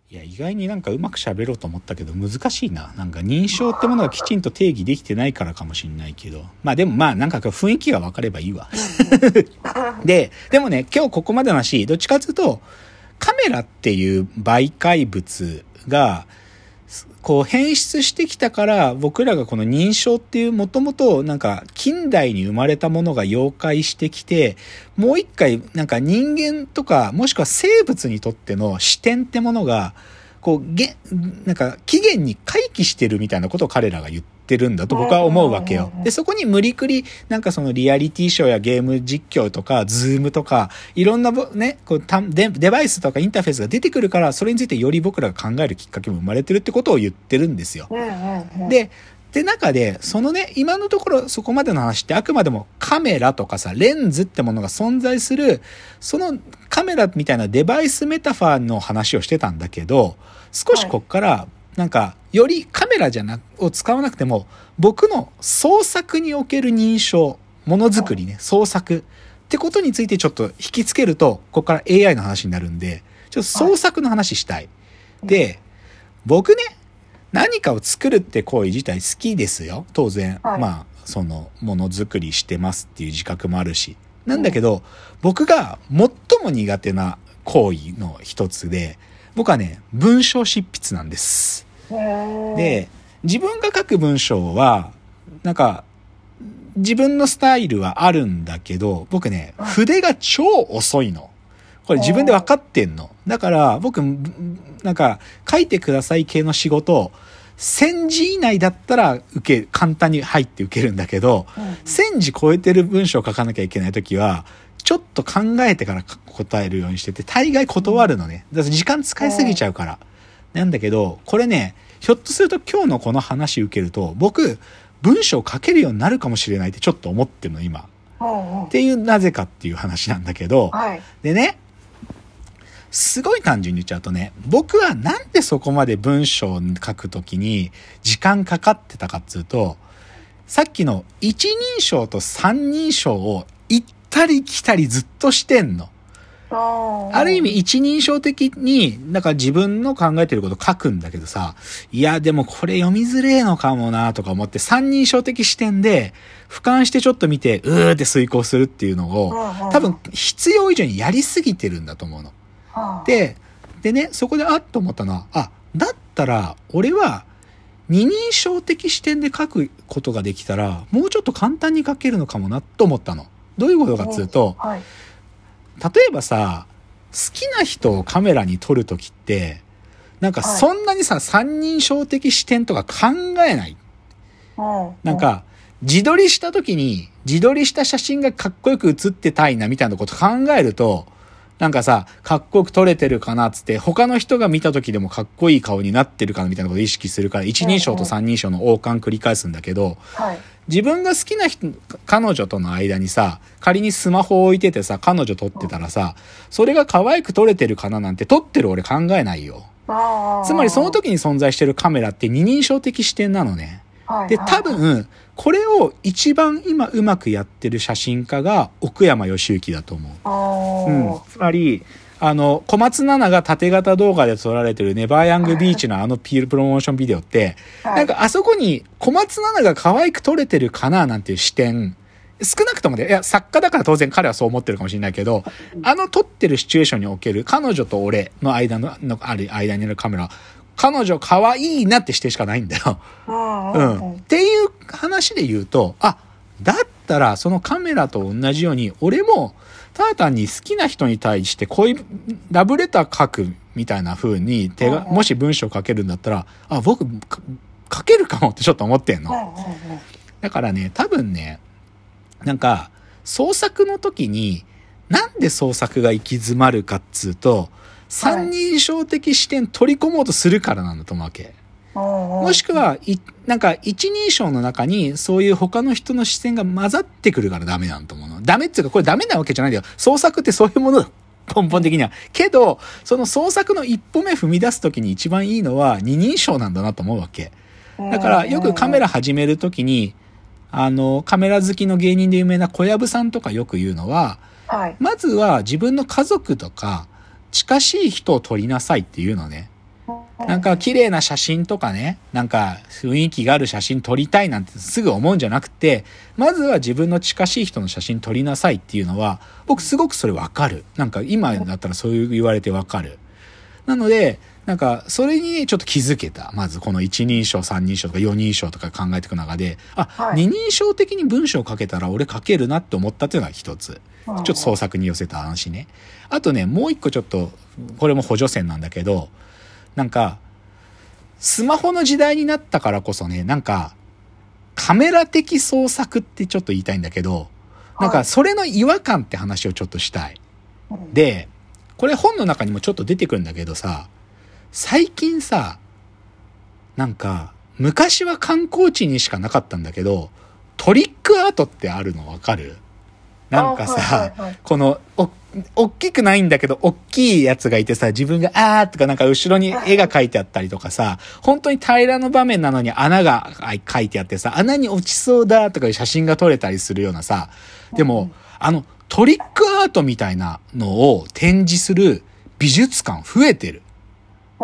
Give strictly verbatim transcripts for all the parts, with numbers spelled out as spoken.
いや意外になんかうまく喋ろうと思ったけど難しいな。なんか認証ってものがきちんと定義できてないからかもしれないけど、まあでもまあなんか雰囲気が分かればいいわででもね今日ここまでの話どっちかというとカメラっていう媒介物がこう変質してきたから僕らがこの認証っていうもともとなんか近代に生まれたものが溶解してきてもう一回なんか人間とかもしくは生物にとっての視点ってものがこうげなんか起源に回帰してるみたいなことを彼らが言ってるんだと僕は思うわけよ。でそこに無理くりなんかそのリアリティショーやゲーム実況とかズームとかいろんなねこうデデバイスとかインターフェースが出てくるからそれについてより僕らが考えるきっかけも生まれてるってことを言ってるんですよ。でで中でそのね今のところそこまでの話ってあくまでもカメラとかさレンズってものが存在するそのカメラみたいなデバイスメタファーの話をしてたんだけど少しこっからなんかよりカメラじゃなを使わなくても僕の創作における認証ものづくりね創作ってことについてちょっと引きつけるとここから エーアイ の話になるんでちょっと創作の話したい。で僕ね何かを作るって行為自体好きですよ当然、はい、まあそのものづくりしてますっていう自覚もあるしなんだけど、うん、僕が最も苦手な行為の一つで僕はね文章執筆なんです。で自分が書く文章はなんか自分のスタイルはあるんだけど僕ね筆が超遅いのこれ自分で分かってんの。だから僕なんか書いてください系の仕事せんじ以内だったら受け簡単に入って受けるんだけど、うん、せんじ超えてる文章を書かなきゃいけないときはちょっと考えてから答えるようにしてて大概断るのね。だから時間使いすぎちゃうから。なんだけどこれねひょっとすると今日のこの話受けると僕文章を書けるようになるかもしれないってちょっと思ってるの今、うんうん、っていうなぜかっていう話なんだけど、はい、でねすごい単純に言っちゃうとね僕はなんでそこまで文章を書くときに時間かかってたかっつうとさっきの一人称と三人称を行ったり来たりずっとしてんの。ある意味一人称的になんか自分の考えてること書くんだけどさいやでもこれ読みづれえのかもなとか思って三人称的視点で俯瞰してちょっと見てうーって遂行するっていうのを多分必要以上にやりすぎてるんだと思うの。で、でねそこであっと思ったのはあだったら俺は二人称的視点で書くことができたらもうちょっと簡単に書けるのかもなと思ったの。どういうことかっつうと、はい例えばさ好きな人をカメラに撮るときってなんかそんなにさ、はい、三人称的視点とか考えない、うん、なんか自撮りしたときに自撮りした写真がかっこよく写ってたいなみたいなこと考えるとなんかさかっこよく撮れてるかなっつって他の人が見たときでもかっこいい顔になってるかなみたいなことを意識するから一人称と三人称の王冠繰り返すんだけど、はい、自分が好きな人彼女との間にさ仮にスマホを置いててさ彼女撮ってたらさそれが可愛く撮れてるかななんて撮ってる俺考えないよ。つまりその時に存在してるカメラって二人称的視点なのね。で多分これを一番今うまくやってる写真家が奥山義行だと思う。うん、つまりあの小松菜奈が縦型動画で撮られてるネバーヤングビーチのあのピールプロモーションビデオって、はい、なんかあそこに小松菜奈が可愛く撮れてるかななんていう視点少なくともねいや作家だから当然彼はそう思ってるかもしれないけどあの撮ってるシチュエーションにおける彼女と俺の間ののある間にあるカメラ彼女可愛いなって視点しかないんだよ。うん。っていう話で言うと、あ、だったらそのカメラと同じように、俺もただ単に好きな人に対してこういうラブレター書くみたいな風に手が、もし文章書けるんだったら、あ、僕書けるかもってちょっと思ってんの。だからね、多分ね、なんか創作の時になんで創作が行き詰まるかっつうと、三人称的視点取り込もうとするからなんだと思うわけ。もしくは、い、なんか一人称の中にそういう他の人の視線が混ざってくるからダメなんだと思うの。ダメっていうかこれダメなわけじゃないんだよ。創作ってそういうものだ。根本的には。けど、その創作の一歩目踏み出すときに一番いいのは二人称なんだなと思うわけ。だからよくカメラ始めるときに、あの、カメラ好きの芸人で有名な小籔さんとかよく言うのは、はい、まずは自分の家族とか近しい人を撮りなさいっていうのね。 なんか綺麗な写真とかね、なんか雰囲気がある写真撮りたいなんてすぐ思うんじゃなくて、まずは自分の近しい人の写真撮りなさいっていうのは、僕すごくそれわかる。なんか今だったらそういう言われてわかる。なので、なんかそれにちょっと気づけた。まずこの一人称、三人称とか四人称とか考えていく中で、あ、はい、二人称的に文章を書けたら俺書けるなって思ったっていうのが一つ。ちょっと創作に寄せた話ね。あとね、もう一個ちょっと、これも補助線なんだけど、なんか、スマホの時代になったからこそね、なんか、カメラ的創作ってちょっと言いたいんだけど、なんかそれの違和感って話をちょっとしたい。で、これ本の中にもちょっと出てくるんだけどさ、最近さ、なんか、昔は観光地にしかなかったんだけど、トリックアートってあるのわかる？なんかさ、はいはいはい、この、お、おっきくないんだけど、おっきいやつがいてさ、自分があーとかなんか後ろに絵が描いてあったりとかさ、本当に平らの場面なのに穴が描いてあってさ、穴に落ちそうだとかいう写真が撮れたりするようなさ、でも、うん、あの、トリックアートみたいなのを展示する美術館増えてる。うん。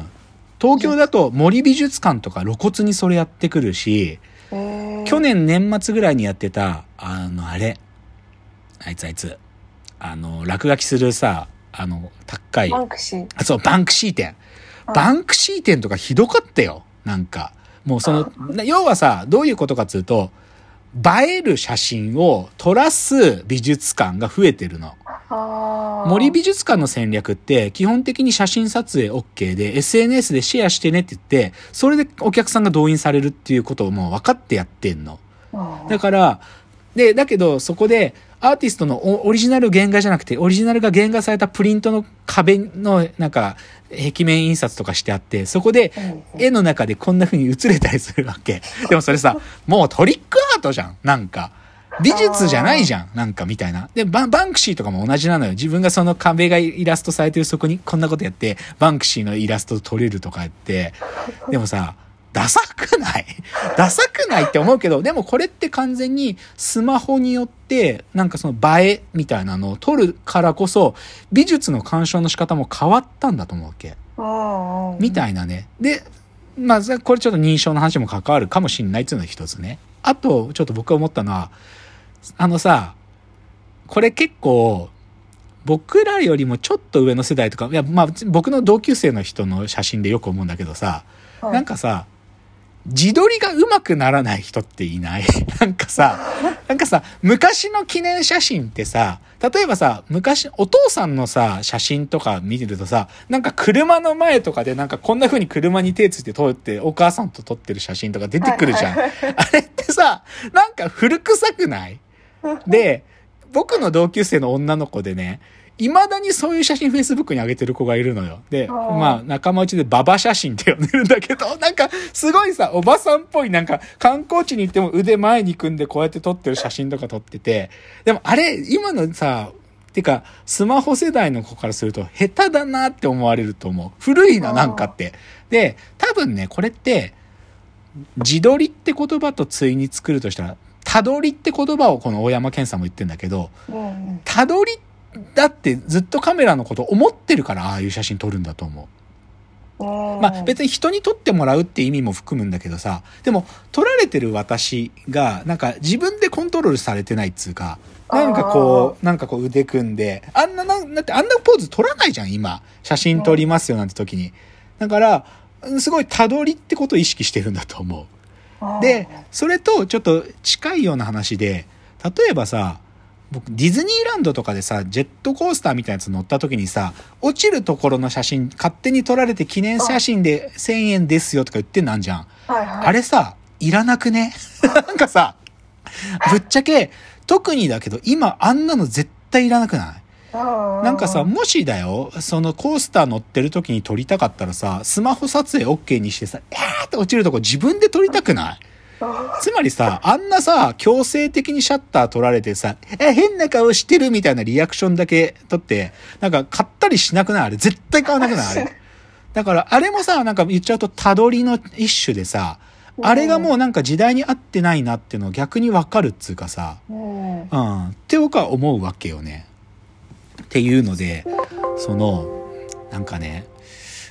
東京だと森美術館とか露骨にそれやってくるし、去年年末ぐらいにやってた、あの、あれ、あいつあいつ、あの、落書きするさ、あの、高い。 バンクシー。 あ、そう、バンクシー展。バンクシー展とかひどかったよ。なんか。もうその、要はさ、どういうことかっていうと、映える写真を撮らす美術館が増えてるの。森美術館の戦略って基本的に写真撮影 OK で エスエヌエス でシェアしてねって言って、それでお客さんが動員されるっていうことをもう分かってやってんの。だから、で、だけどそこでアーティストのオリジナル原画じゃなくて、オリジナルが原画されたプリントの壁のなんか壁面印刷とかしてあって、そこで絵の中でこんな風に映れたりするわけ。でもそれさ、もうトリックアートじゃん。なんか。美術じゃないじゃん。なんかみたいな。で、バン、バンクシーとかも同じなのよ。自分がその壁がイラストされてるそこにこんなことやって、バンクシーのイラスト撮れるとかやって。でもさ、ダサくないダサくないって思うけど、でもこれって完全にスマホによって、なんかその映えみたいなのを撮るからこそ、美術の鑑賞の仕方も変わったんだと思うわけ。みたいなね。で、まあ、これちょっと認証の話も関わるかもしれないっていうのが一つね。あと、ちょっと僕が思ったのは、あのさ、これ結構、僕らよりもちょっと上の世代とか、いや、まあ、僕の同級生の人の写真でよく思うんだけどさ、はい、なんかさ、自撮りが上手くならない人っていないなんかさ、なんかさ、昔の記念写真ってさ、例えばさ、昔、お父さんのさ、写真とか見てるとさ、なんか車の前とかでなんかこんな風に車に手ついて撮って、お母さんと撮ってる写真とか出てくるじゃん。あれってさ、なんか古臭くないで、僕の同級生の女の子でね、未だにそういう写真 Facebook に上げてる子がいるのよ。で、まあ仲間内でババ写真って呼んでるんだけど、なんかすごいさ、おばさんっぽいなんか観光地に行っても腕前に組んでこうやって撮ってる写真とか撮ってて、でもあれ、今のさ、てかスマホ世代の子からすると下手だなって思われると思う。古いな、なんかって。で、多分ね、これって、自撮りって言葉と対に作るとしたら、たどりって言葉をこの大山健さんも言ってんだけど、たどりだってずっとカメラのこと思ってるからああいう写真撮るんだと思う。まあ別に人に撮ってもらうって意味も含むんだけどさ、でも撮られてる私がなんか自分でコントロールされてないっつうか、なんかこう、なんかこう腕組んで、あんな、なんだってあんなポーズ撮らないじゃん今。写真撮りますよなんて時に。だから、すごいたどりってことを意識してるんだと思う。で、それとちょっと近いような話で、例えばさ、僕ディズニーランドとかでさ、ジェットコースターみたいなやつ乗った時にさ、落ちるところの写真勝手に撮られて記念写真でせんえんですよとか言ってんのあんじゃん。はいはい、あれさ、いらなくねなんかさ、ぶっちゃけ、特にだけど今あんなの絶対いらなくない？なんかさ、もしだよ、そのコースター乗ってる時に撮りたかったらさ、スマホ撮影 OK にしてさ、えーって落ちるとこ自分で撮りたくない？つまりさ、あんなさ、強制的にシャッター撮られてさ、え、変な顔してるみたいなリアクションだけ撮って、なんか買ったりしなくない？あれ絶対買わなくない？あれ。だから、あれもさ、なんか言っちゃうとたどりの一種でさ、あれがもうなんか時代に合ってないなっていうのを逆にわかるっつうかさ、うん、って僕は思うわけよね。っていうので、その、なんかね、カ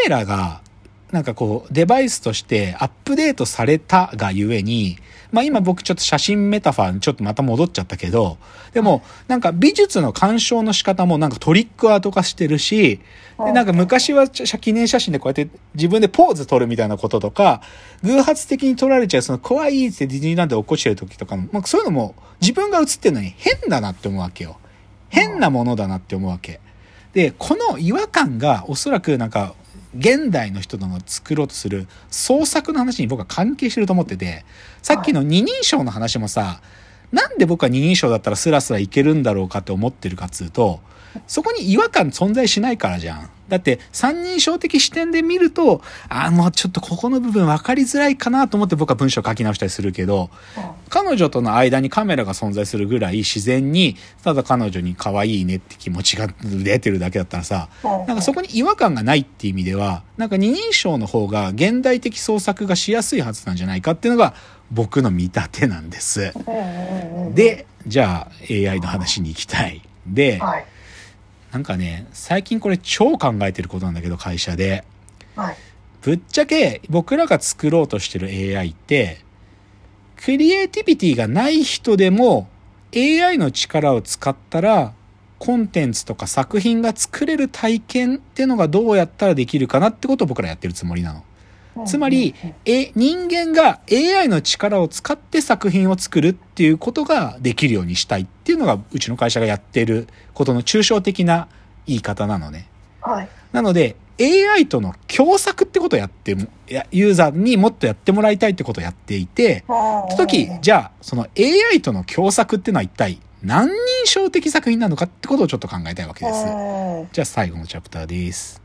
メラが、なんかこう、デバイスとしてアップデートされたがゆえに、まあ今僕ちょっと写真メタファーにちょっとまた戻っちゃったけど、でもなんか美術の鑑賞の仕方もなんかトリックアート化してるし、でなんか昔は記念写真でこうやって自分でポーズ撮るみたいなこととか、偶発的に撮られちゃうその怖いってディズニーランドで起こしてる時とかも、まあそういうのも自分が写ってるのに変だなって思うわけよ。変なものだなって思うわけ。で、この違和感がおそらくなんか、現代の人の作ろうとする創作の話に僕は関係してると思ってて、さっきの二人称の話もさ、なんで僕は二人称だったらスラスラいけるんだろうかって思ってるかっつうと、そこに違和感存在しないからじゃん。だって三人称的視点で見ると、ああもうちょっとここの部分分かりづらいかなと思って僕は文章を書き直したりするけど、彼女との間にカメラが存在するぐらい自然に、ただ彼女に可愛いねって気持ちが出てるだけだったらさ、なんかそこに違和感がないっていう意味では、なんか二人称の方が現代的創作がしやすいはずなんじゃないかっていうのが僕の見立てなんです。で、じゃあ エーアイ の話に行きたい。で、はいなんかね、最近これ超考えてることなんだけど、会社で。はい、ぶっちゃけ僕らが作ろうとしてる エーアイって、クリエイティビティがない人でも エーアイ の力を使ったら、コンテンツとか作品が作れる体験ってのがどうやったらできるかなってことを僕らやってるつもりなの。つまり、え、人間が エーアイ の力を使って作品を作るっていうことができるようにしたいっていうのがうちの会社がやってることの抽象的な言い方なのね。はい。なので、エーアイ との共作ってことをやっても、ユーザーにもっとやってもらいたいってことをやっていて、って時、じゃあ、その エーアイ との共作っていうのは一体何人称的作品なのかってことをちょっと考えたいわけです。じゃあ最後のチャプターです。